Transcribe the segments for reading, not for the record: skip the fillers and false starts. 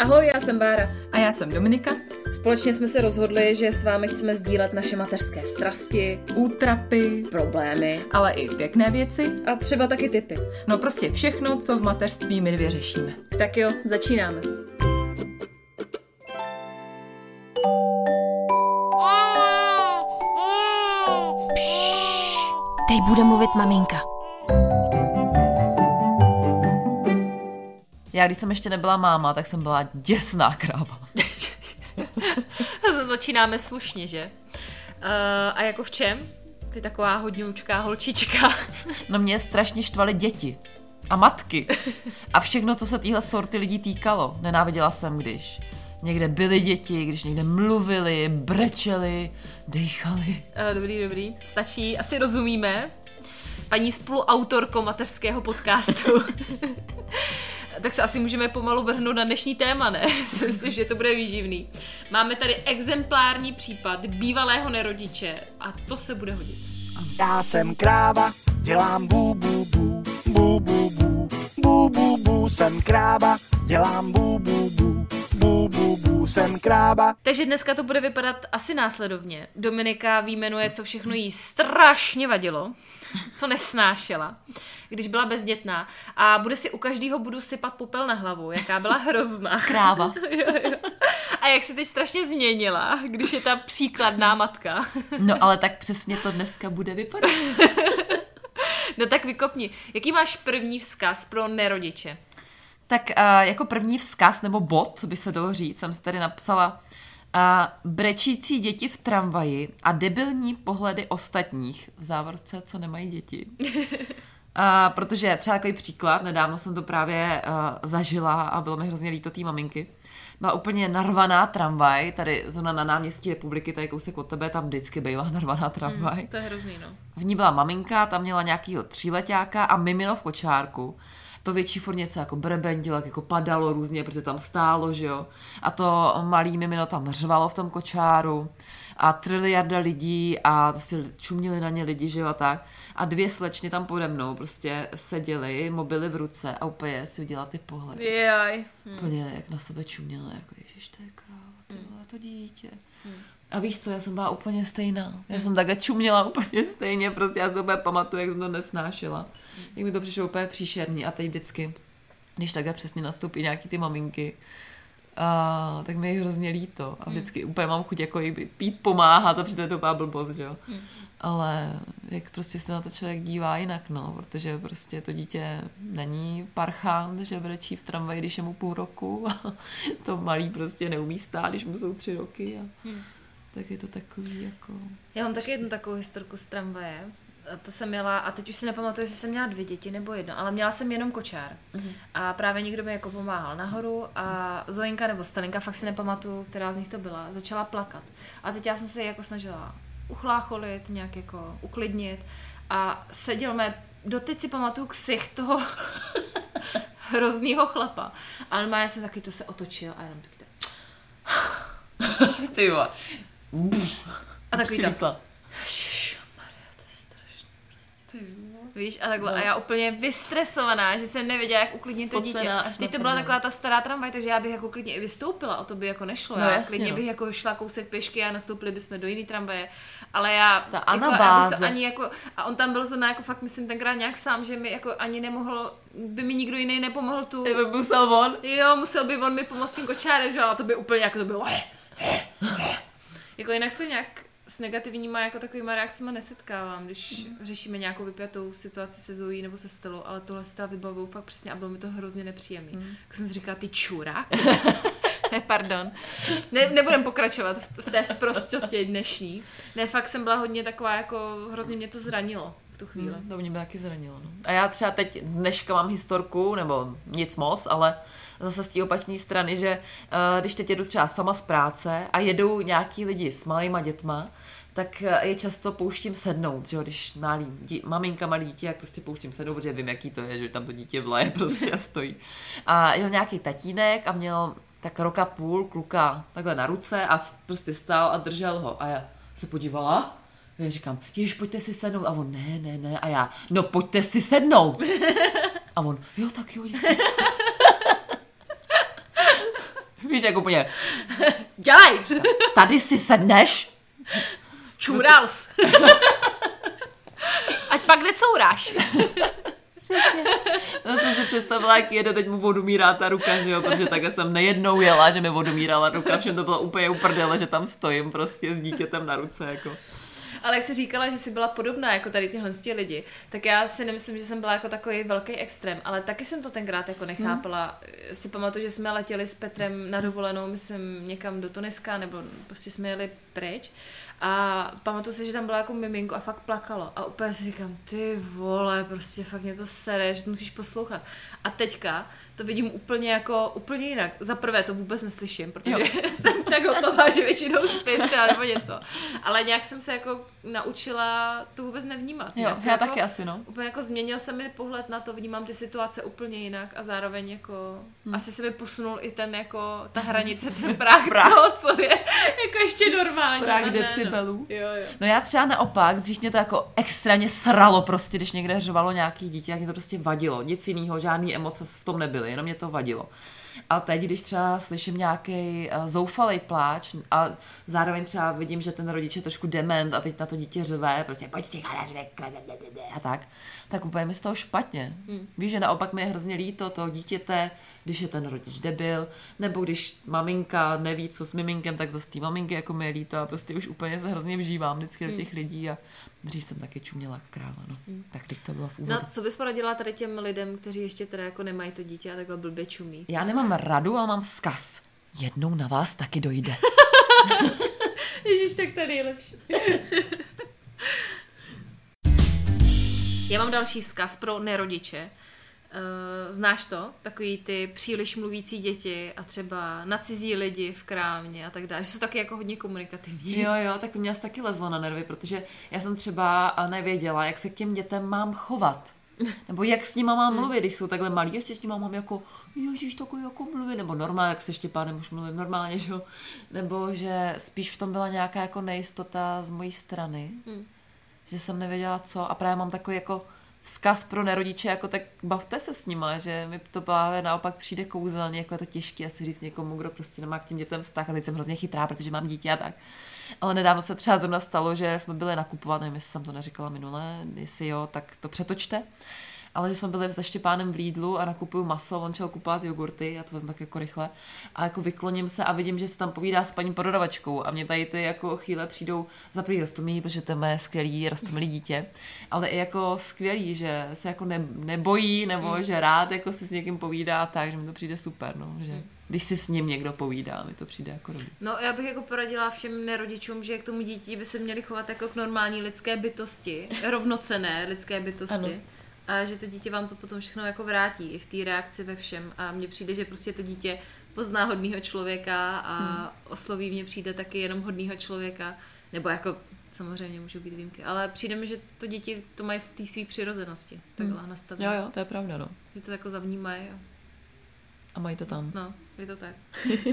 Ahoj, já jsem Bára. A já jsem Dominika. Společně jsme se rozhodli, že s vámi chceme sdílet naše mateřské strasti, útrapy, problémy, ale i pěkné věci. A třeba taky tipy. No prostě všechno, co v mateřství my dvě řešíme. Tak jo, začínáme. Teď bude mluvit maminka. Já, když jsem ještě nebyla máma, tak jsem byla děsná kráva. Začínáme slušně, že? A jako v čem? Ty taková hodňoučká holčička. No mě strašně štvaly děti. A matky. A všechno, co se téhle sorty lidí týkalo. Nenáviděla jsem, když někde byly děti, když někde mluvili, brečeli, dejchali. Dobrý. Stačí, asi rozumíme. Paní spoluautorko mateřského podcastu. Tak se asi můžeme pomalu vrhnout na dnešní téma, ne? Myslím, že to bude výživný. Máme tady exemplární případ bývalého nerodiče a to se bude hodit. Já jsem kráva, dělám bú, bú, bú, bú, bú, bú, bú, bú, bú, jsem kráva, dělám bú, bú, bú, bú, bú, bú, jsem kráva. Takže dneska to bude vypadat asi následovně. Dominika vyjmenuje, co všechno jí strašně vadilo, co nesnášela, když byla bezdětná, a bude si u každého budu sypat popel na hlavu, jaká byla hrozná. Kráva. Jo. A jak se teď strašně změnila, když je ta příkladná matka. No ale tak přesně to dneska bude vypadat. No tak vykopni. Jaký máš první vzkaz pro nerodiče? Tak jako první vzkaz nebo bod, by se dalo říct, jsem si tady napsala brečící děti v tramvaji a debilní pohledy ostatních, v závorce, co nemají děti. Protože třeba takový příklad, nedávno jsem to právě zažila a bylo mi hrozně líto té maminky. Byla úplně narvaná tramvaj, tady zóna na náměstí Republiky, tady kousek od tebe, tam vždycky bývá narvaná tramvaj. To je hrozný, no. V ní byla maminka, tam měla nějakýho 3letáka a mimino v kočárku. To větší furt něco jako brebendilo, jako padalo různě, protože tam stálo, že jo. A to malý mimino tam řvalo v tom kočáru a triliarda lidí a prostě čuměli na ně lidi, že jo, a tak. A 2 slečny tam pode mnou prostě seděly, mobily v ruce a úplně si udělala ty pohledy. Jaj. Úplně jak na sebe čuměla, jako ježiš, to je kráva, to je to dítě. A víš co, já jsem byla úplně stejná. Já jsem takhle čuměla úplně stejně, prostě já si to úplně pamatuju, jak jsem to nesnášela. Jak mi to přišlo úplně příšerný a teď vždycky, když takhle přesně nastoupí nějaký ty maminky, tak mi je hrozně líto. A vždycky úplně mám chuť jako jí pít pomáhat a přitom je to úplná blbost, že jo. Ale jak prostě se na to člověk dívá jinak, no, protože prostě to dítě není parchant, že brečí v tramvaji, když je mu 0,5 roku a to malý prostě neumí stát, když mu jsou 3 roky a tak je to takový jako... Já mám taky jednu takovou historku z tramvaje. To jsem měla, a teď už si nepamatuju, jestli jsem měla 2 děti nebo 1, ale měla jsem jenom kočár. A právě někdo mi jako pomáhal nahoru a Zoinka nebo Stalinka, fakt si nepamatuju, která z nich to byla, začala plakat. A teď já jsem se jako snažila uchlácholit, nějak jako uklidnit a seděl doteď si pamatuju ksicht toho hroznýho chlapa. Ale já jsem taky to se otočil a jenom taky to... Ty vole. A takový to... Víš, a takhle. No. A já úplně vystresovaná, že jsem nevěděla, jak uklidnit to dítě. Teď to byla taková ta stará tramvaj, takže já bych jako klidně i vystoupila, o to by jako nešlo. No, já jasně, klidně bych jako šla kousek pěšky a nastoupili bychom do jiný tramvaje. Ale já ta jako, anabáze. To ani jako, a on tam byl zrovna jako fakt myslím tenkrát nějak sám, že mi jako ani nemohl, by mi nikdo jiný nepomohl tu. By musel on? Jo, musel by on mi pomoct tím kočárem, že? A to by úplně jako to bylo. Jako jinak se nějak s negativníma jako takovýma reakcima nesetkávám, když řešíme nějakou vypjatou situaci se Zoí nebo se Stelou, ale tohle se vybavuju fakt přesně a bylo mi to hrozně nepříjemný. Jak jsem si říkala, ty čurák? Pardon. Nebudem pokračovat v té sprostotě dnešní. Ne, fakt jsem byla hodně taková, jako hrozně mě to zranilo v tu chvíli. To mě by taky zranilo. No. A já třeba teď z dneška mám historku, nebo nic moc, ale zase z té opačné strany, že když teď jedu třeba sama z práce a jedou nějaký lidi s malýma dětma, tak je často pouštím sednout, že jo, když maminka malý dítě, jak prostě pouštím sednout, protože vím, jaký to je, že tam to dítě vlaje prostě a stojí. A jel nějaký tatínek a měl tak 1,5 roku kluka takhle na ruce a prostě stál a držel ho. A já se podívala, já říkám, ježiš, pojďte si sednout. A on, ne. A já, no pojďte si sednout. A on, jo, tak jo, děkuji. Víš, jako úplně, Dělej! tady si sedneš. Čurals! Ať pak necouráš. Já jsem si představila, jak jede, teď mu odumírá ta ruka, že jo, protože takhle jsem nejednou jela, že mi odumírala ruka, všem to bylo úplně uprdele, že tam stojím prostě s dítětem na ruce, jako. Ale jak jsi říkala, že jsi byla podobná jako tady tyhle lidi, tak já si nemyslím, že jsem byla jako takový velký extrém, ale taky jsem to tenkrát jako nechápala. Si pamatuju, že jsme letěli s Petrem na dovolenou, myslím, někam do Tuniska, nebo prostě jsme jeli pryč. A pamatuju si, že tam byla jako miminko a fakt plakalo. A úplně si říkám, ty vole, prostě fakt mě to sere, že to musíš poslouchat. A teďka to vidím úplně jinak. Za prvé to vůbec neslyším, protože jsem tak hotová, že většinou spím třeba nebo něco. Ale nějak jsem se jako naučila to vůbec nevnímat. Jo, já jako, taky asi, no. Úplně jako změnil se mi pohled na to, vnímám ty situace úplně jinak a zároveň jako asi se mi posunul i ten jako ta hranice, ten práh toho, co je jako ještě normální. Práh decibelů. Jo. No já třeba naopak, dřív mě to jako extrémně sralo prostě, když někde řvalo nějaký dítě, jak mě to prostě vadilo. Nic jiného, žádný emoce v tom nebyly, jenom mě to vadilo. A teď, když třeba slyším nějaký zoufalý pláč a zároveň třeba vidím, že ten rodič je trošku dement a teď na to dítě řve, prostě pojď stěchá, a tak úplně mi z toho špatně. Víš, že naopak mi je hrozně líto toho dítěte, když je ten rodič debil, nebo když maminka neví, co s miminkem, tak zase té maminky jako mi je líto a prostě už úplně se hrozně vžívám vždycky do těch lidí a dřív jsem taky čuměla jak kráva, no. Tak teď to bylo v úvodu. No, co bys poradila tady těm lidem, kteří ještě teda jako nemají to dítě a takhle blbě čumí? Já nemám radu, ale mám vzkaz. Jednou na vás taky dojde. Ježíš, tak to je nejlepší. Já mám další vzkaz pro nerodiče. Znáš to? Takový ty příliš mluvící děti a třeba na cizí lidi v krámě a tak dále. Že jsou taky jako hodně komunikativní. Jo, tak to mě asi taky lezlo na nervy, protože já jsem třeba nevěděla, jak se k těm dětem mám chovat. Nebo jak s nima mám mluvit, když jsou takhle malí, ještě s nima mám jako, ježíš, takový jako mluvit, nebo normálně, jak se Štěpánem už mluvím normálně, že jo? Nebo že spíš v tom byla nějaká jako nejistota z mojí strany, že jsem nevěděla co a právě mám takový jako vzkaz pro nerodiče, jako tak bavte se s nima, že mi to právě naopak přijde kouzelně, jako je to těžké asi říct někomu, kdo prostě nemá k těm dětem vztah a teď jsem hrozně chytrá, protože mám dítě a tak. Ale nedávno se třeba zrovna stalo, že jsme byli nakupovat, nevím, jestli jsem to neříkala minule, jestli jo, tak to přetočte. Ale že jsme byli se Štěpánem v Lidlu a nakupuju maso, on šel kupovat jogurty, já to vezmu tak jako rychle, a jako vykloním se a vidím, že se tam povídá s paní prodavačkou a mě tady ty jako chvíle přijdou za první roztomilý, protože to je moje skvělý roztomilý dítě, ale i jako skvělý, že se jako nebojí, nebo že rád jako si s někým povídá tak, že mi to přijde super, no, že když si s ním někdo povídá, mi to přijde jako dobrý. No, já bych jako poradila všem nerodičům, že k tomu dítí by se měli chovat jako k normální lidské bytosti, rovnocenné lidské bytosti. Ano. A že to dítě vám to potom všechno jako vrátí i v té reakci ve všem. A mně přijde, že prostě to dítě pozná hodného člověka a osloví mě přijde taky jenom hodného člověka. Nebo jako samozřejmě můžou být výjimky. Ale přijde mi, že to děti to mají v té své přirozenosti. Takhle nastavené. Jo, to je pravda, no. Že to jako zavnímají. A mají to tam. No, je to tak.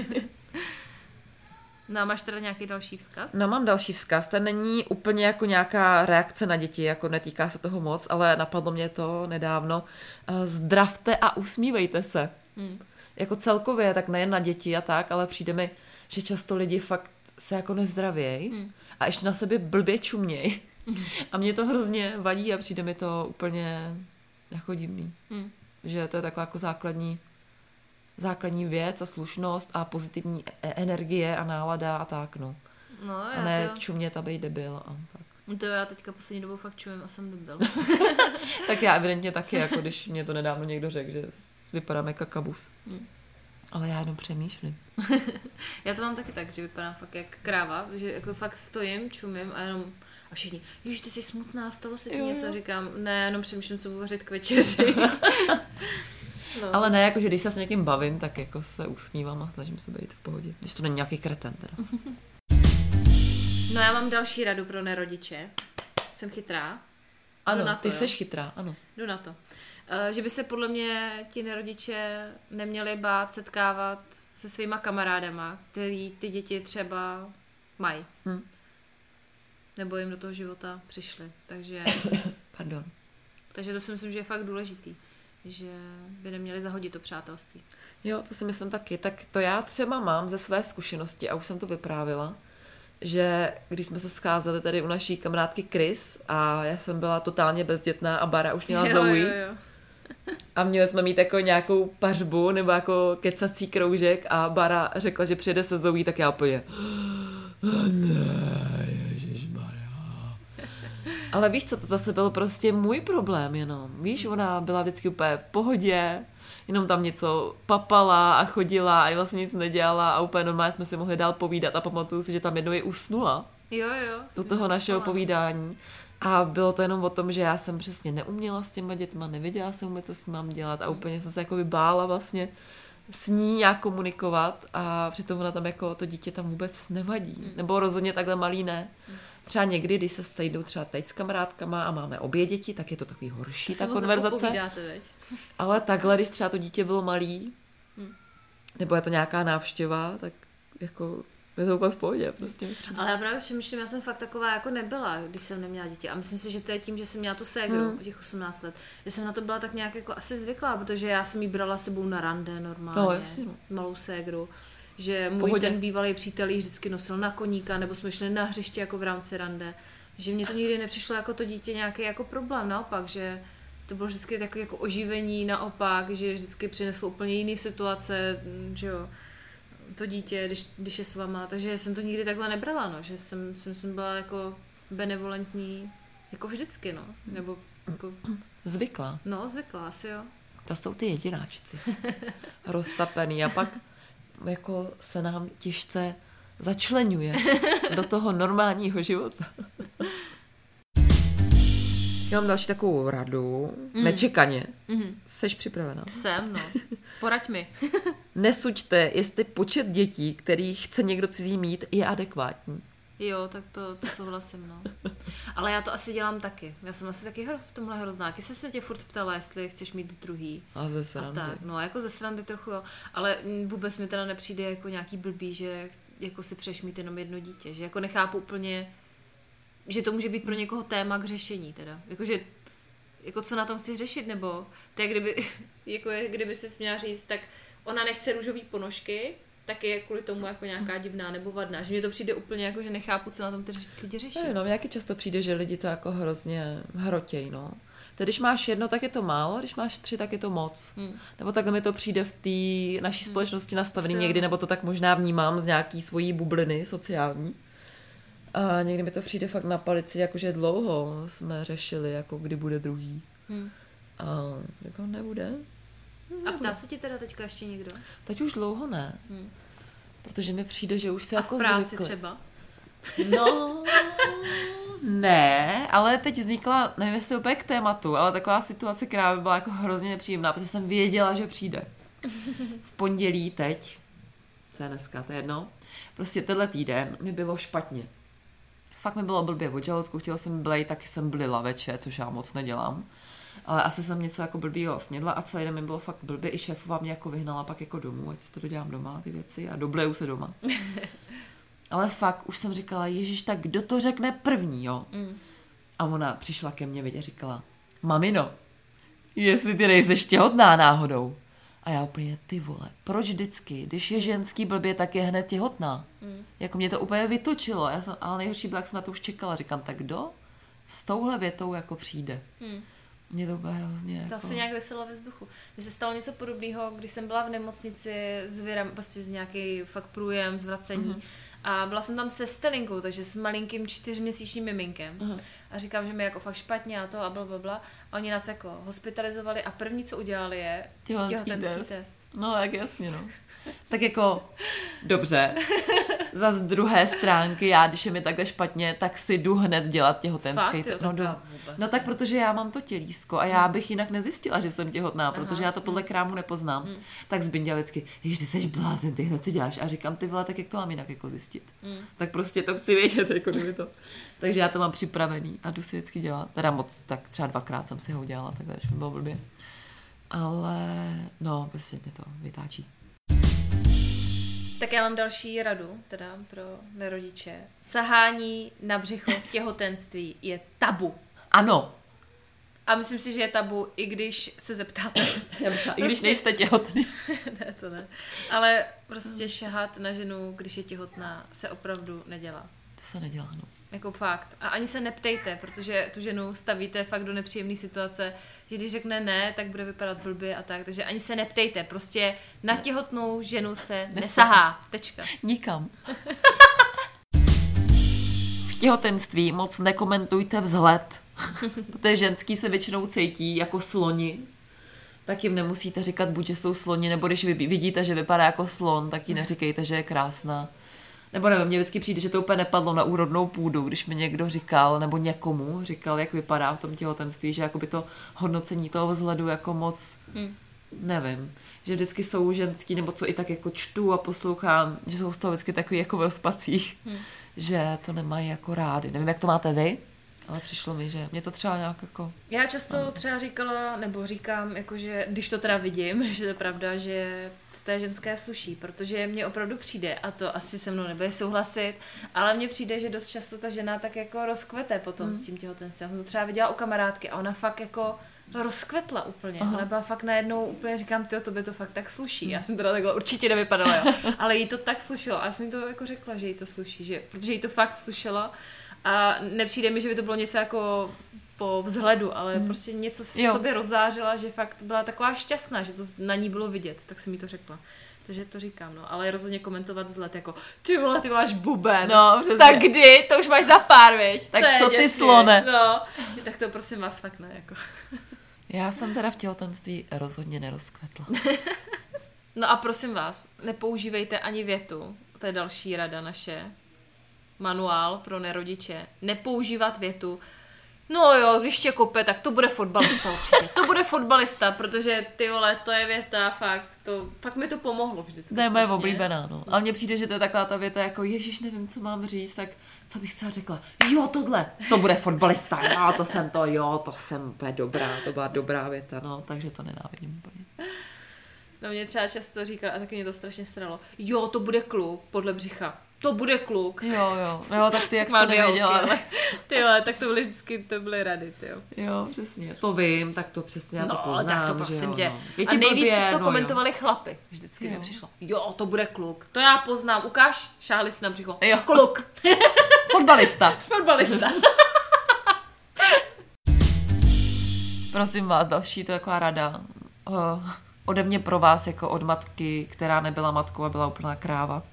No a máš teda nějaký další vzkaz? No mám další vzkaz, ten není úplně jako nějaká reakce na děti, jako netýká se toho moc, ale napadlo mě to nedávno. Zdravte a usmívejte se. Jako celkově, tak nejen na děti a tak, ale přijde mi, že často lidi fakt se jako nezdravějí a ještě na sebe blbě čuměj. A mě to hrozně vadí a přijde mi to úplně jako divný. Že to je taková jako základní věc a slušnost a pozitivní energie a nálada a tak, no. A ne čumět a být debil a tak. To já teďka poslední dobou fakt čumím a jsem debil. Tak já evidentně taky, jako když mě to nedávno někdo řekl, že vypadám jako kakabus. Ale já jenom přemýšlím. Já to mám taky tak, že vypadám fakt jak kráva, že jako fakt stojím, čumím a jenom a všichni, ježiš, ty jsi smutná, stalo se ti něco, a říkám, ne, jenom přemýšlím, co uvařit k večeři. No. Ale ne, jakože když se s někým bavím, tak jako se usmívám a snažím se být v pohodě. Když to není nějaký kreten teda. No já mám další radu pro nerodiče. Jsem chytrá. Ano, ty seš chytrá, ano. Jdu na to. Že by se podle mě ti nerodiče neměli bát setkávat se svýma kamarádama, který ty děti třeba mají. Nebo jim do toho života přišli. Takže Pardon. Takže to si myslím, že je fakt důležitý. že by neměli zahodit to přátelství. Jo, to si myslím taky. Tak to já třeba mám ze své zkušenosti a už jsem to vyprávila, že když jsme se scházeli tady u naší kamarádky Chris a já jsem byla totálně bezdětná a Bára už měla Zoe. Jo. A měli jsme mít jako nějakou pařbu nebo jako kecací kroužek a Bára řekla, že přijede se Zoe, tak já úplně ne, ježišmarja. Ale víš co, to zase byl prostě můj problém jenom. Víš, ona byla vždycky úplně v pohodě, jenom tam něco papala a chodila a vlastně nic nedělala a úplně normálně jsme si mohli dál povídat a pamatuju si, že tam jednou i usnula. Jo. Do toho našeho povídání. A bylo to jenom o tom, že já jsem přesně neuměla s těma dětma, nevěděla jsem vůbec, co s tím mám dělat a úplně jsem se jako bála vlastně s ní nějak komunikovat a přitom ona tam jako to dítě tam vůbec nevadí. Nebo rozhodně takhle malý ne. Třeba někdy, když se sejdou třeba teď s kamarádkama a máme obě děti, tak je to takový horší, ta konverzace. Ale takhle, když třeba to dítě bylo malý, nebo je to nějaká návštěva, tak jako je to úplně v pohodě. Prostě. Ale já právě přemýšlím, já jsem fakt taková jako nebyla, když jsem neměla děti. A myslím si, že to je tím, že jsem měla tu ségru těch 18 let. Já jsem na to byla tak nějak jako asi zvyklá, protože já jsem jí brala sebou na rande normálně, no, jasně, no. Malou ségru. Že můj ten bývalý přítel ji vždycky nosil na koníka, nebo jsme šli na hřiště jako v rámci rande. Že mně to nikdy nepřišlo jako to dítě nějaký jako problém, naopak, že to bylo vždycky takové jako oživení, naopak, že vždycky přineslo úplně jiný situace, že jo, to dítě, když je s váma, takže jsem to nikdy takhle nebrala, no, že jsem byla jako benevolentní, jako vždycky, no, nebo jako... Zvyklá. No, zvyklá, asi jo. To jsou ty jedináčci. Rozcapený a pak jako se nám těžce začleňuje do toho normálního života. Já mám další takovou radu. Nečekaně. Seš připravená? Jsem, no. Poraď mi. Nesuďte, jestli počet dětí, který chce někdo cizí mít, je adekvátní. Jo, tak to souhlasím, no. Ale já to asi dělám taky. Já jsem asi taky v tomhle hrozná. Když jsem se tě furt ptala, jestli chceš mít druhý. A ze srandy. A tak, no, jako ze srandy trochu, jo. Ale vůbec mi teda nepřijde jako nějaký blbý, že jako si přeješ mít jenom jedno dítě. Že jako nechápu úplně, že to může být pro někoho téma k řešení teda. Jakože, jako co na tom chci řešit, nebo to je kdyby si měla říct, tak ona nechce růžový ponožky, tak je kvůli tomu jako nějaká divná nebo vadná. Že mně to přijde úplně jako, že nechápu, co na tom ty lidi řeší. No, mně často přijde, že lidi to jako hrozně hrotěj, no. Tedy když máš jedno, tak je to málo, když máš 3, tak je to moc. Nebo takhle mi to přijde v té naší společnosti nastavený někdy, nebo to tak možná vnímám z nějaký svojí bubliny sociální. A někdy mi to přijde fakt na palici, jakože dlouho jsme řešili, jako kdy bude druhý. A jako nebude. A ptá se ti teda teďka ještě někdo? Teď už dlouho ne. Protože mi přijde, že už se jako zvykli. A v práci zvykli. třeba? No, ne, ale teď vznikla, nevím, jestli úplně k tématu, ale taková situace, která by byla jako hrozně nepříjemná, protože jsem věděla, že přijde. V pondělí teď, co je dneska, to je jedno, prostě tenhle týden mi bylo špatně. Fakt mi bylo blbě od žaludku, chtěla jsem blej, taky jsem blila večer, což já moc nedělám. Ale asi jsem něco jako blbýho snědla a celý den mi bylo fakt blbě. I šéfová mě jako vyhnala pak jako domů, ať si to dodělám doma, ty věci, a dobleju se doma. Ale fakt, už jsem říkala, ježiš, tak kdo to řekne první, jo? A ona přišla ke mně, a říkala, mamino, jestli ty nejseš těhotná náhodou. A já úplně, ty vole, proč vždycky, když je ženský blbě, tak je hned těhotná. Jako mě to úplně vytočilo, ale nejhorší bylo, jak jsem na to už čekala. Říkám, tak kdo s touhle větou jako přijde? Mě to úplně hrozně jako... To asi nějak vyselo ve vzduchu. Mně se stalo něco podobného, když jsem byla v nemocnici s virem, prostě z nějaký fakt průjem, zvracení. A byla jsem tam se Stelinkou, takže s malinkým 4měsíčním miminkem. A říkám, že mi jako fakt špatně a to a blablabla. A oni nás jako hospitalizovali a první, co udělali, je těhotenský test. No, tak jasně, no. Tak jako, dobře. Zas z druhé stránky, já, když je mi takhle špatně, tak si jdu hned dělat těhotenský test. No tak protože já mám to tělísko a já bych jinak nezjistila, že jsem těhotná, protože já to podle krámu nepoznám. Tak Zbinďa vždycky, ježiš, ty jsi blázen, ty hned si děláš. A říkám, ty vole, tak jak to mám jinak jako zjistit? Tak prostě to chci vědět, jako kdyby to. Takže já to mám připravený a jdu si vždycky dělat. Teda moc, tak třeba 2krát jsem si ho udělala, takhle, když mi bylo blbě. Ale no, prostě mě to vytáčí. Tak já mám další radu, teda pro nerodiče. Sahání na břicho v těhotenství je tabu. Ano. A myslím si, že je tabu, i když se zeptáte. I když nejste těhotný. Ne, to ne. Ale prostě šahat na ženu, když je těhotná, se opravdu nedělá. To se nedělá, no. Jako fakt. A ani se neptejte, protože tu ženu stavíte fakt do nepříjemné situace, že když řekne ne, tak bude vypadat blbě a tak. Takže ani se neptejte. Prostě na těhotnou ženu se nesahá. Tečka. Nikam. V těhotenství moc nekomentujte vzhled, protože ženský se většinou cítí jako sloni. Tak jim nemusíte říkat buď, že jsou sloni, nebo když vy vidíte, že vypadá jako slon, tak jí neříkejte, že je krásná. Nebo nevím, mně vždycky přijde, že to úplně nepadlo na úrodnou půdu, když mi někdo říkal, nebo někomu říkal, jak vypadá v tom těhotenství, že jakoby to hodnocení toho vzhledu jako moc, nevím, že vždycky jsou ženský, nebo co i tak jako čtu a poslouchám, že jsou z toho vždycky takový jako v rozpacích, že to nemají jako rádi. Nevím, jak to máte vy, ale přišlo mi, že mě to třeba nějak jako... Já často třeba říkala, nebo říkám, jakože, když to teda vidím, že to je pravda, že té ženské sluší, protože mně opravdu přijde, a to asi se mnou nebude souhlasit, ale mně přijde, že dost často ta žena tak jako rozkvete potom s tím těhotenstvím. Já jsem to třeba viděla u kamarádky a ona fakt jako rozkvetla úplně. Aha. Ona byla fakt najednou úplně, říkám, tyjo, tobě to fakt tak sluší. Já jsem teda takhle určitě nevypadala, jo. Ale jí to tak slušilo. A já jsem jí to jako řekla, že jí to sluší, že, protože jí to fakt slušilo. A nepřijde mi, že by to bylo něco jako po vzhledu, ale prostě něco sobě rozzářila, že fakt byla taková šťastná, že to na ní bylo vidět, tak jsem jí to řekla. Takže to říkám, no, ale rozhodně komentovat vzhled jako ty vole, ty máš buben. No, přesně. Tak kdy? To už máš za pár, viď? Tak co ty slone? No, tak to prosím vás fakt ne, jako. Já jsem teda v těhotenství rozhodně nerozkvetla. No a prosím vás, nepoužívejte ani větu, to je další rada naše, manuál pro nerodiče, nepoužívat větu, no jo, když tě kope, tak to bude fotbalista určitě. To bude fotbalista, protože ty vole, to je věta, fakt mi to pomohlo vždycky. To je moje oblíbená, no. Ale mně přijde, že to je taková ta věta jako, ježiš, nevím, co mám říct, tak co bych třeba řekla? Jo, tohle, to bude fotbalista, jo, to jsem úplně dobrá, to byla dobrá věta, no, takže to nenávidím úplně. No mě třeba často říkala, a taky mě to strašně stralo, jo, to bude kluk, podle břicha. To bude kluk. Jo, tak ty jak jsi to nevěděla. Ty vole, tak to byly vždycky, to byly rady, ty jo. Jo, přesně. To vím, tak to přesně já to poznám. Tak to prosím tě. No. A nejvíc to komentovali chlapi. Vždycky mi přišlo. Jo, to bude kluk. To já poznám. Ukáž, šáhli si na břicho. Jo. Kluk. Fotbalista. Fotbalista. Prosím vás, další to je taková rada. Ode mě pro vás, jako od matky, která nebyla matkou a byla úplná kráva.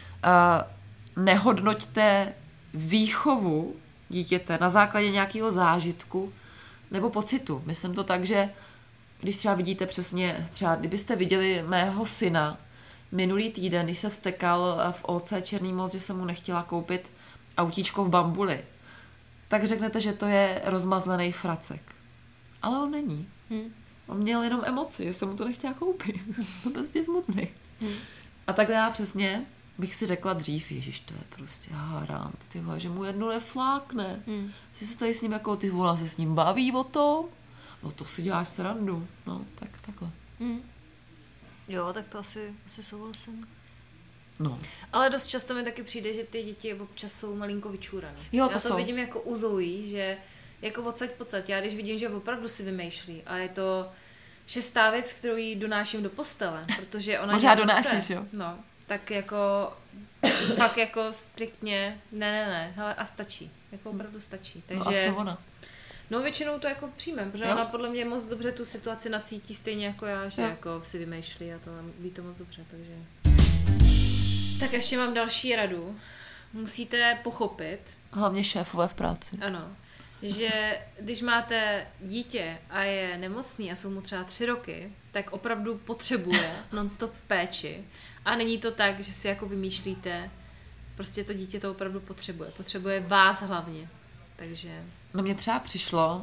Nehodnoťte výchovu dítěte na základě nějakého zážitku nebo pocitu. Myslím to tak, že když třeba vidíte přesně, třeba kdybyste viděli mého syna minulý týden, když se vztekal v OC Černý Most, že jsem mu nechtěla koupit autíčko v bambuli, tak řeknete, že to je rozmazlený fracek. Ale on není. On měl jenom emoci, že jsem mu to nechtěla koupit. To prostě smutný. A takhle já přesně bych si řekla dřív, ježiš, to je prostě harant, ty vole, že mu jednu neflákne. Že se tady s ním jako, ty vole, se s ním baví o tom, no to si děláš srandu, no, tak takhle. Jo, tak to asi souhlasím. No. Ale dost často mi taky přijde, že ty děti občas jsou malinko vyčúrané. Jo, já to vidím jako u Zoe, že jako odsaď pocať, já když vidím, že opravdu si vymýšlí a je to 6. věc, kterou jí donáším do postele, protože ona možná donášíš, jo? No, tak jako fakt jako striktně, ne, hele, a stačí, jako opravdu stačí. Takže, no a co ona? No většinou to jako přijmem, protože ona podle mě moc dobře tu situaci nacítí stejně jako já, že jako si vymýšlí a to ví to moc dobře, takže... Tak ještě mám další radu. Musíte pochopit... Hlavně šéfové v práci. Ano, že když máte dítě a je nemocný a jsou mu třeba 3 roky, tak opravdu potřebuje non-stop péči. A není to tak, že si jako vymýšlíte, prostě to dítě to opravdu potřebuje. Potřebuje vás hlavně. Takže... No mně třeba přišlo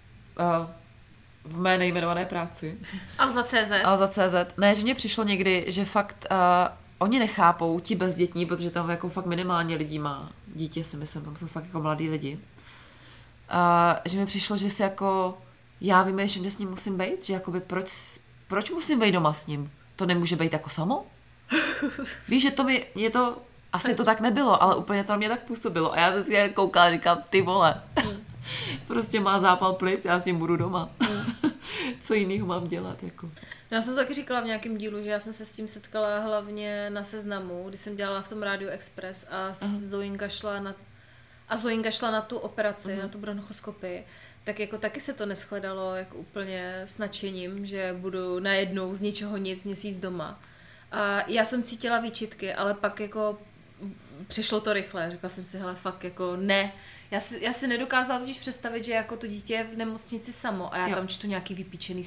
v mé nejmenované práci. Alza.cz. Ne, že mně přišlo někdy, že fakt oni nechápou, ti bezdětní, protože tam jako fakt minimálně lidí má dítě, si myslím, tam jsou fakt jako mladí lidi. Že mi přišlo, že si jako já vymýšlím, že s ním musím být, že jakoby proč musím být doma s ním? To nemůže být jako samo? Víš, že to mě to asi to tak nebylo, ale úplně to mě tak působilo. A já se si koukala a říkám, ty vole. prostě má zápal plic, já s ním budu doma. Co jiného mám dělat, jako. No, já jsem to taky říkala v nějakém dílu, že já jsem se s tím setkala hlavně na Seznamu, když jsem dělala v tom Rádiu Express a Zoinka šla na tu operaci, na tu bronchoskopii. Tak jako taky se to neschledalo jako úplně s nadšením, že budu najednou z ničeho nic měsíc doma. A já jsem cítila výčitky, ale pak jako přišlo to rychle. Řekla jsem si, hele, fakt jako ne. Já si nedokázala totiž představit, že jako to dítě je v nemocnici samo a já tam čtu nějaký vypíčený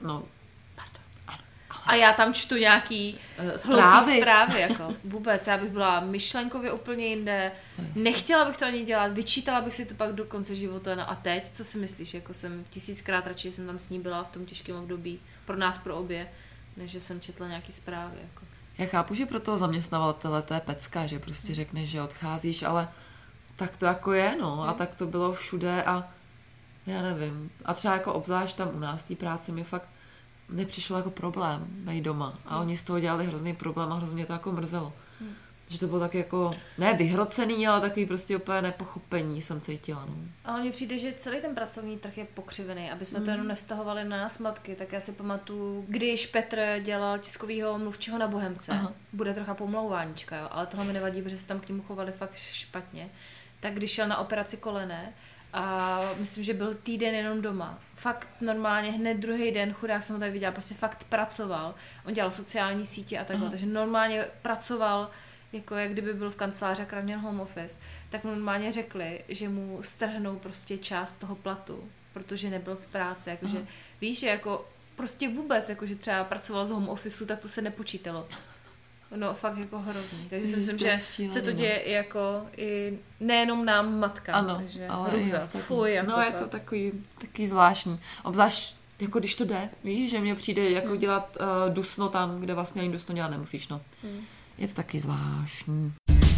a já tam čtu nějaký zprávy jako vůbec. Já bych byla myšlenkově úplně jinde. Nechtěla bych to ani dělat, vyčítala bych si to pak do konce života. No a teď, co si myslíš? Jako jsem 1000krát radši, jsem tam s ní byla v tom těžkém období pro nás, pro obě, než že jsem četla nějaký zprávy. Jako. Já chápu, že pro toho zaměstnavatele to je pecka, že prostě řekneš, že odcházíš, ale tak to jako je, no. A tak to bylo všude a já nevím. A třeba jako obzvlášť tam u nás té práci mi fakt nepřišlo jako problém být doma. A oni z toho dělali hrozný problém a hrozně mě to jako mrzelo. Že to bylo tak jako, ne vyhrocený, ale takový prostě úplně nepochopení jsem cítila. No. Ale mně přijde, že celý ten pracovní trh je pokřivený, aby jsme to jenom nestahovali na nás matky. Tak já si pamatuju, když Petr dělal tiskovýho mluvčího na Bohemce, bude trocha pomlouváníčka, jo, ale tohle mi nevadí, protože se tam k němu chovali fakt špatně. Tak když šel na operaci kolene, a myslím, že byl týden jenom doma. Fakt normálně hned druhý den, chudák jsem ho tady viděla, prostě fakt pracoval. On dělal sociální sítě a takhle, takže normálně pracoval, jako jak kdyby byl v kanceláři a měl home office. Tak normálně řekli, že mu strhnou prostě část toho platu, protože nebyl v práci. Jakože, víš, že jako prostě vůbec, jakože třeba pracoval z home officeu, tak to se nepočítalo. No fakt jako hrozný. Takže si myslím, že se to děje i jako i nejenom nám matkám. Ano, takže ale hruza. Fuj, jako no je to takový zvláštní. Obzvlášť jako když to jde, víš, že mně přijde jako dělat dusno tam, kde vlastně ani dusno dělat nemusíš, no. Je to takový zvláštní.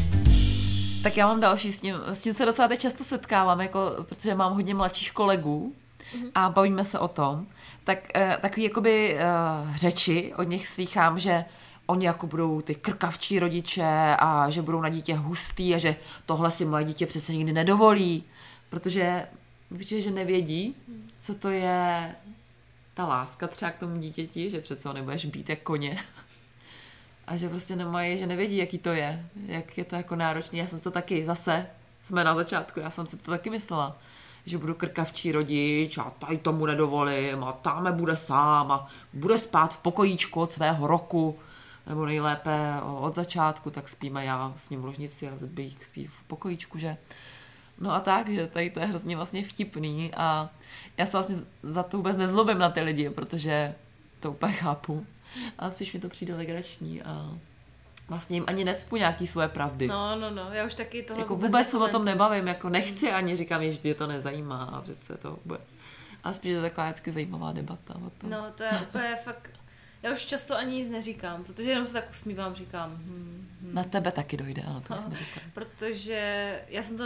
Tak já mám další s tím se docela teď často setkávám, jako, protože mám hodně mladších kolegů a bavíme se o tom. Tak takový jakoby řeči od nich slýchám, že oni jako budou ty krkavčí rodiče a že budou na dítě hustý a že tohle si moje dítě přece nikdy nedovolí, protože že nevědí, co to je ta láska třeba k tomu dítěti, že přece ho nebudeš být jak koně. A že prostě nemají, že nevědí, jaký to je, jak je to jako náročný. Já jsem to taky zase, jsme na začátku, já jsem si to taky myslela, že budu krkavčí rodič a tady tomu nedovolím a tam bude sám a bude spát v pokojíčku od svého roku. Nebo nejlépe od začátku, tak spíme já s ním v ložnici a Zbýk spí v pokojíčku, že? No a tak, že tady to je hrozně vlastně vtipný a já se vlastně za to vůbec nezlobím na ty lidi, protože to úplně chápu. A spíš mi to přijde legrační a vlastně jim ani necpu nějaký svoje pravdy. No, já už taky tohle jako vůbec se o tom nebavím, jako nechci ani říkám, že tě to nezajímá a přece to vůbec. A spíš je taková vždycky zajímavá debata o tom. No, to je úplně fakt. Já už často ani nic neříkám, protože jenom se tak usmívám, říkám. Na tebe taky dojde, ano, to jsme říkali. Protože já jsem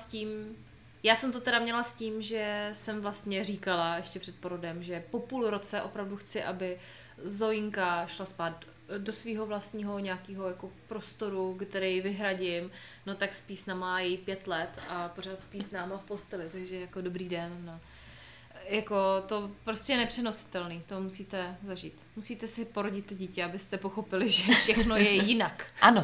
to teda měla s tím, že jsem vlastně říkala ještě před porodem, že po půl roce opravdu chci, aby Zoinka šla spát do svého vlastního nějakého jako prostoru, který vyhradím, no tak spí s náma její 5 let a pořád spí s náma v posteli, takže jako dobrý den, no. Jako to prostě je nepřenositelný, to musíte zažít. Musíte si porodit to dítě, abyste pochopili, že všechno je jinak. Ano.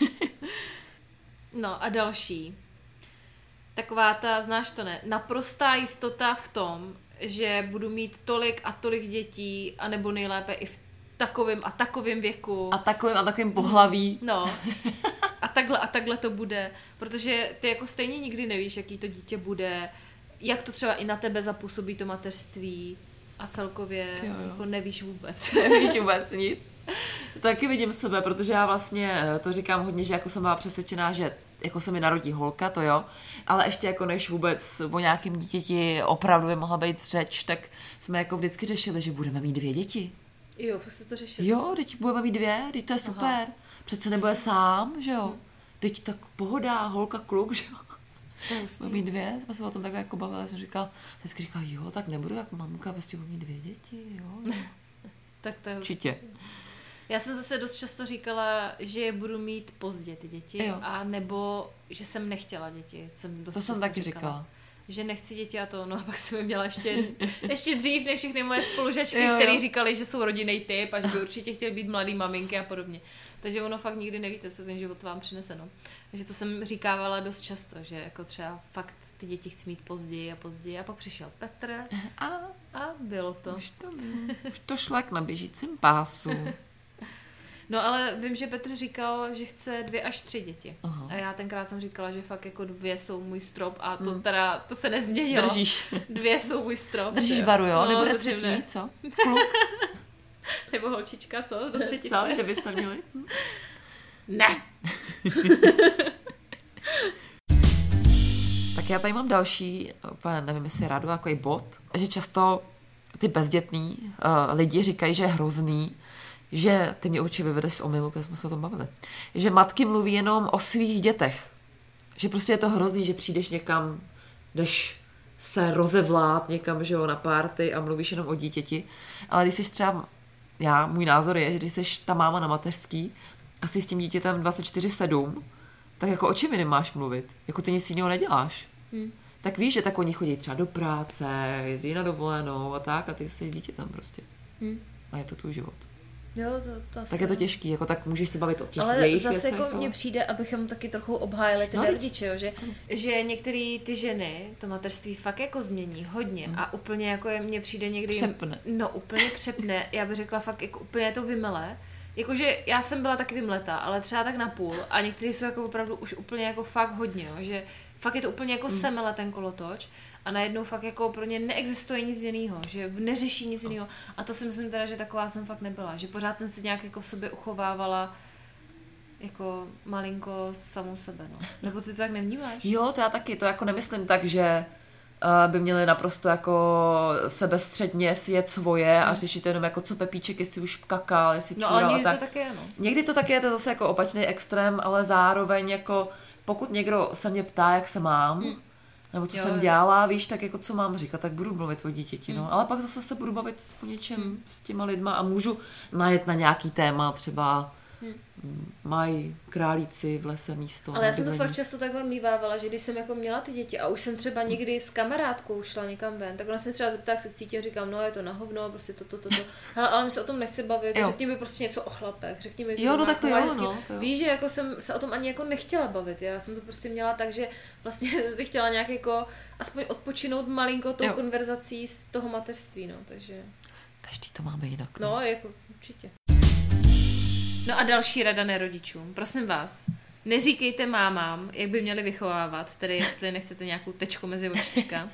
No a další. Taková ta, znáš to ne, naprostá jistota v tom, že budu mít tolik a tolik dětí, anebo nejlépe i v takovém a takovém věku. A takovým pohlaví. No. A takhle to bude. Protože ty jako stejně nikdy nevíš, jaký to dítě bude, jak to třeba i na tebe zapůsobí to mateřství a celkově jako nevíš vůbec. Nevíš vůbec nic. Taky vidím sebe, protože já vlastně to říkám hodně, že jako jsem byla přesvědčená, že jako se mi narodí holka, to jo, ale ještě jako než vůbec o nějakém dítěti opravdu by mohla být řeč, tak jsme jako vždycky řešili, že budeme mít 2 děti. Jo, jste to řešili. Jo, teď budeme mít 2, teď to je super. Aha. Přece nebude sám, že jo. Teď tak pohoda, holka, kluk, že jo. Budeme mít 2, jsme se o tom takhle jako bavili, jsem říkala, jo, tak nebudu jak mamka, prostě budu mít 2 děti, jo. Tak to je určitě. Já jsem zase dost často říkala, že je budu mít pozdě ty děti, a nebo že jsem nechtěla děti. To jsem taky říkala. že nechci děti a to, no a pak jsem je měla ještě dřív než všechny moje spolužačky, který říkali, že jsou rodinný typ a že by určitě chtěli být mladý maminky a podobně. Takže ono fakt nikdy nevíte, co ten život vám přinese, no. Takže to jsem říkávala dost často, že jako třeba fakt ty děti chci mít později a pak přišel Petr a bylo to. Už to šlo jak na běžícím pásu. No ale vím, že Petr říkal, že chce 2 až 3 děti. Aha. A já tenkrát jsem říkala, že fakt jako 2 jsou můj strop a to teda, to se nezměnilo. Držíš. 2 jsou můj strop. Držíš baru, jo? No, Nebude držím, třetí, ne. co? Kluk? Nebo holčička, co? Do třetice. Co? Že byste měli? Ne. Tak já tady mám další, úplně nevím, jestli radu, jako i bod, že často ty bezdětní lidi říkají, že je hrozný, že ty mě určitě vyvedeš z omylu, protože jsme se o tom bavili, že matky mluví jenom o svých dětech. Že prostě je to hrozný, že přijdeš někam, jdeš se rozevlát někam, že jo, na party a mluvíš jenom o dítěti. Ale když jsi třeba, můj názor je, že když jsi ta máma na mateřský a jsi s tím dítětem 24/7, tak jako o čem mi nemáš mluvit? Jako ty nic jiného neděláš. Tak víš, že tak oni chodí třeba do práce, jezdí na dovolenou a tak a ty jsi dítě tam prostě. A je to tvůj život. Jo, to tak je to těžký, jako tak můžeš se bavit o těch ale jejich zase věcech. Jako mně přijde, abychom taky trochu obhájili ty rodiče, jo, že některé ty ženy to mateřství fakt jako změní hodně a úplně jako mně přijde někdy... Přepne. No úplně přepne, já bych řekla fakt jako úplně to vymele. Jakože já jsem byla taky vymletá, ale třeba tak na půl a někteří jsou jako opravdu už úplně jako fakt hodně, jo, že fakt je to úplně jako semele ten kolotoč a najednou fakt jako pro ně neexistuje nic jiného, že neřeší nic jiného a to si myslím teda, že taková jsem fakt nebyla, že pořád jsem si nějak jako v sobě uchovávala jako malinko samou sebe, no. Nebo ty to tak nevnímáš? Jo, to já taky, to jako nemyslím tak, že by měli naprosto jako sebestředně si jet svoje a řešit jenom jako co Pepíček, jestli už kakal, jestli čural. No ale někdy tak. to taky je, no. Někdy to taky je, to zase jako opačný extrém, ale zároveň jako pokud někdo se mě ptá, jak se mám, nebo co jsem dělala, víš, tak jako co mám říkat, tak budu mluvit o dítěti, no. Ale pak zase se budu bavit o něčem s těma lidma a můžu najet na nějaký téma, třeba mají králíci v lese místo. Ale já jsem to fakt často takhle mívávala, že když jsem jako měla ty děti a už jsem třeba někdy s kamarádkou šla někam ven, tak ona se třeba zeptá, jak se cítí, a říkám, no je to na hovno, prostě to. Hele, ale mi se o tom nechce bavit, řekni mi prostě něco o chlapech, řekni mi, jo, no tak to jo, no. Víš, že jako jsem se o tom ani jako nechtěla bavit, já jsem to prostě měla tak, že vlastně si chtěla nějak jako aspoň odpočinout malinko tou konverzací z toho mateřství, no, takže... Každý to máme jinak. No, jako určitě. No a další rada nerodičům. Prosím vás, neříkejte mámám, jak by měli vychovávat, tedy jestli nechcete nějakou tečku mezi očička.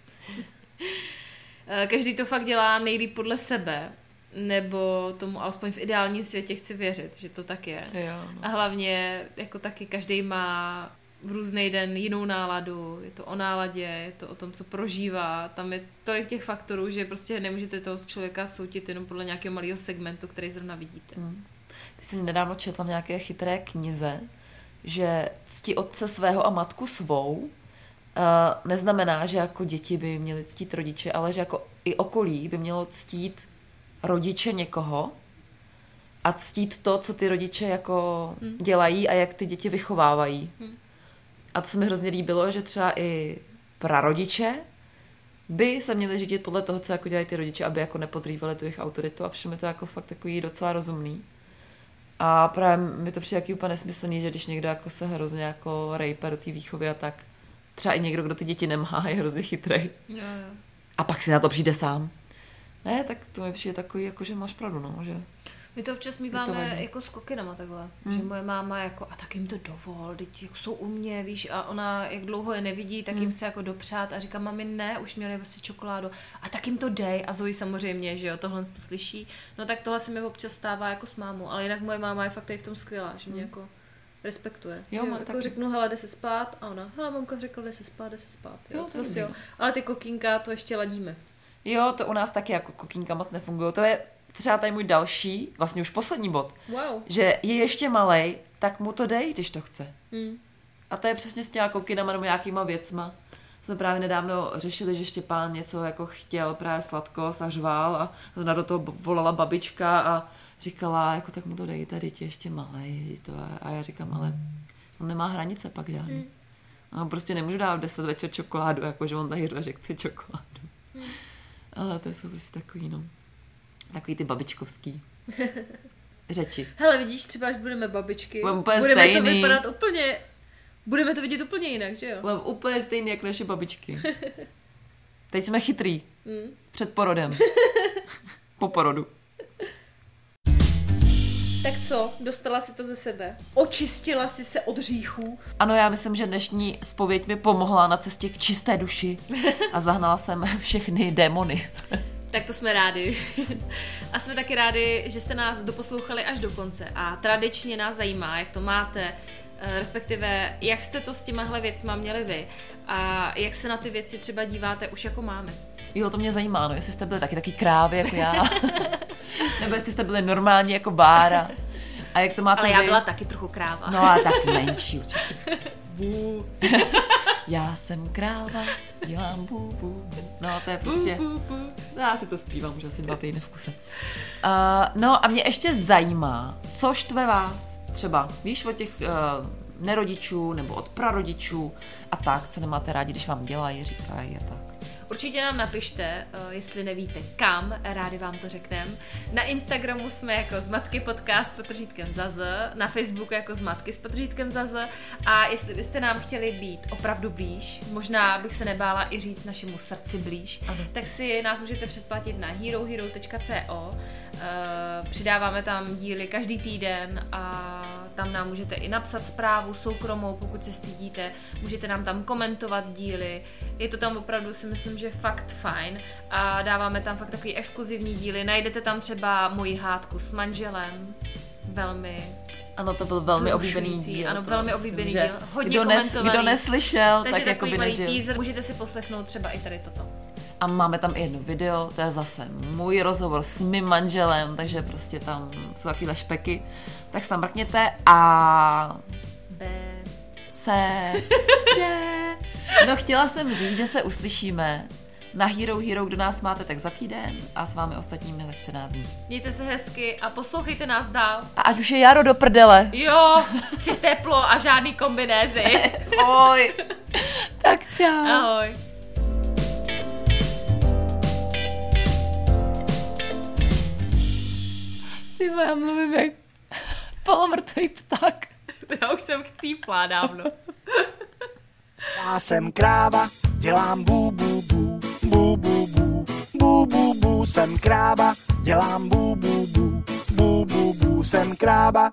Každý to fakt dělá nejlíp podle sebe, nebo tomu alespoň v ideálním světě chci věřit, že to tak je. Jo, no. A hlavně jako taky každý má v různý den jinou náladu, je to o náladě, je to o tom, co prožívá, tam je tolik těch faktorů, že prostě nemůžete toho člověka soutit jenom podle nějakého malého segmentu, který zrovna vidíte. Teď jsem nedávno četla v nějaké chytré knize, že cti otce svého a matku svou neznamená, že jako děti by měly ctít rodiče, ale že jako i okolí by mělo ctít rodiče někoho a ctít to, co ty rodiče jako dělají a jak ty děti vychovávají. A to se mi hrozně líbilo, že třeba i prarodiče by se měli řídit podle toho, co jako dělají ty rodiče, aby jako nepodrývali tu jejich autoritu a přišlo mi to jako fakt takový docela rozumný. A právě mi to přijde taky úplně nesmyslný, že když někdo jako se hrozně jako rejpe do té výchovy a tak, třeba i někdo, kdo ty děti nemá, je hrozně chytrej. Jo. A pak si na to přijde sám. Ne, tak to mi přijde takový, jako že máš pravdu, no, že... My to občas míváme jako s kokinama takhle, že moje máma jako, a tak jim to dovol, teď jako jsou u mě, víš, a ona, jak dlouho je nevidí, tak jim chce jako dopřát a říká, mami, ne, už měli vlastně čokoládu, a tak jim to dej, a Zoe samozřejmě, že jo, tohle to slyší, no tak tohle se mi občas stává jako s mámou, ale jinak moje máma je fakt tady v tom skvělá, že mě jako respektuje. Jo, jako řeknu, hele, jde se spát, a ona, hele, mamka řekla, jde se spát, jo, to zase jo, ale ty kokínka, to ještě ladíme. Jo, to u nás taky jako kokínka moc nefungují, to je třeba tady můj další, vlastně už poslední bod, že je ještě malej, tak mu to dej, když to chce. A to je přesně s těma kokinama nebo nějakýma věcma. Jsme právě nedávno řešili, že Štěpán něco jako chtěl právě sladkost a řval a ona do toho volala babička a říkala, jako tak mu to dej, tady tě ještě malej. A já říkám, ale on nemá hranice pak žádný. A prostě nemůžu dát 10 večer čokoládu, jakože on tady řve, že chce čokoládu. Ale to jsou prostě takový, no. Takový ty babičkovský řeči. Hele, vidíš, třeba až budeme babičky, budeme to vypadat úplně, budeme to vidět úplně jinak, že jo? Budeme úplně stejný, jak naše babičky. Teď jsme chytrý. Před porodem. Po porodu. Tak co, dostala si to ze sebe? Očistila si se od hříchů? Ano, já myslím, že dnešní zpověď mi pomohla na cestě k čisté duši a zahnala jsem všechny démony. Tak to jsme rádi. A jsme taky rádi, že jste nás doposlouchali až do konce. A tradičně nás zajímá, jak to máte, respektive jak jste to s těmahle věcma měli vy a jak se na ty věci třeba díváte už jako máme. Jo, to mě zajímá, no, jestli jste byli taky krávy jako já, nebo jestli jste byli normální jako Bára. A jak to máte Ale vy? já byla taky trochu kráva. No a tak menší určitě. Já jsem kráva, dělám bu. No to je prostě, já si to zpívám už asi 2 týdny v kuse. No a mě ještě zajímá, co štve vás třeba, víš, od těch nerodičů nebo od prarodičů a tak, co nemáte rádi, když vám dělají, říkají a tak. Určitě nám napište, jestli nevíte kam, rádi vám to řekneme. Na Instagramu jsme jako Zmatky podcast s _zaz, na Facebooku jako Zmatky s _zaz a jestli byste nám chtěli být opravdu blíž, možná bych se nebála i říct našemu srdci blíž, tak si nás můžete předplatit na herohero.co. Přidáváme tam díly každý týden a tam nám můžete i napsat zprávu soukromou, pokud se stydíte, můžete nám tam komentovat díly, je to tam opravdu, si myslím, že fakt fajn a dáváme tam fakt takový exkluzivní díly, najdete tam třeba moji hádku s manželem, velmi... Ano, to byl velmi oblíbený díl. Ano, velmi oblíbený díl, hodně komentovaný. Kdo neslyšel, takže tak jako by nežil. Teaser, můžete si poslechnout třeba i tady toto. A máme tam i jedno video, to je zase můj rozhovor s mým manželem, takže prostě tam jsou takovýhle špeky. Tak se tam mrkněte a... No chtěla jsem říct, že se uslyšíme na Hero, kdo nás máte tak za týden a s vámi ostatními za 14 dní. Mějte se hezky a poslouchejte nás dál. A ať už je jaro do prdele. Jo, chci teplo a žádný kombinézy. Ahoj. Tak čau. Ahoj. Ty já mluvím jak polomrtvý pták. Já už jsem chcípla dávno. Já jsem kráva, dělám bu, bu, bu, bu, bu, bu, bu, bu, bu, jsem kráva, dělám bu, bu, bu, bu, bu, bu, jsem kráva.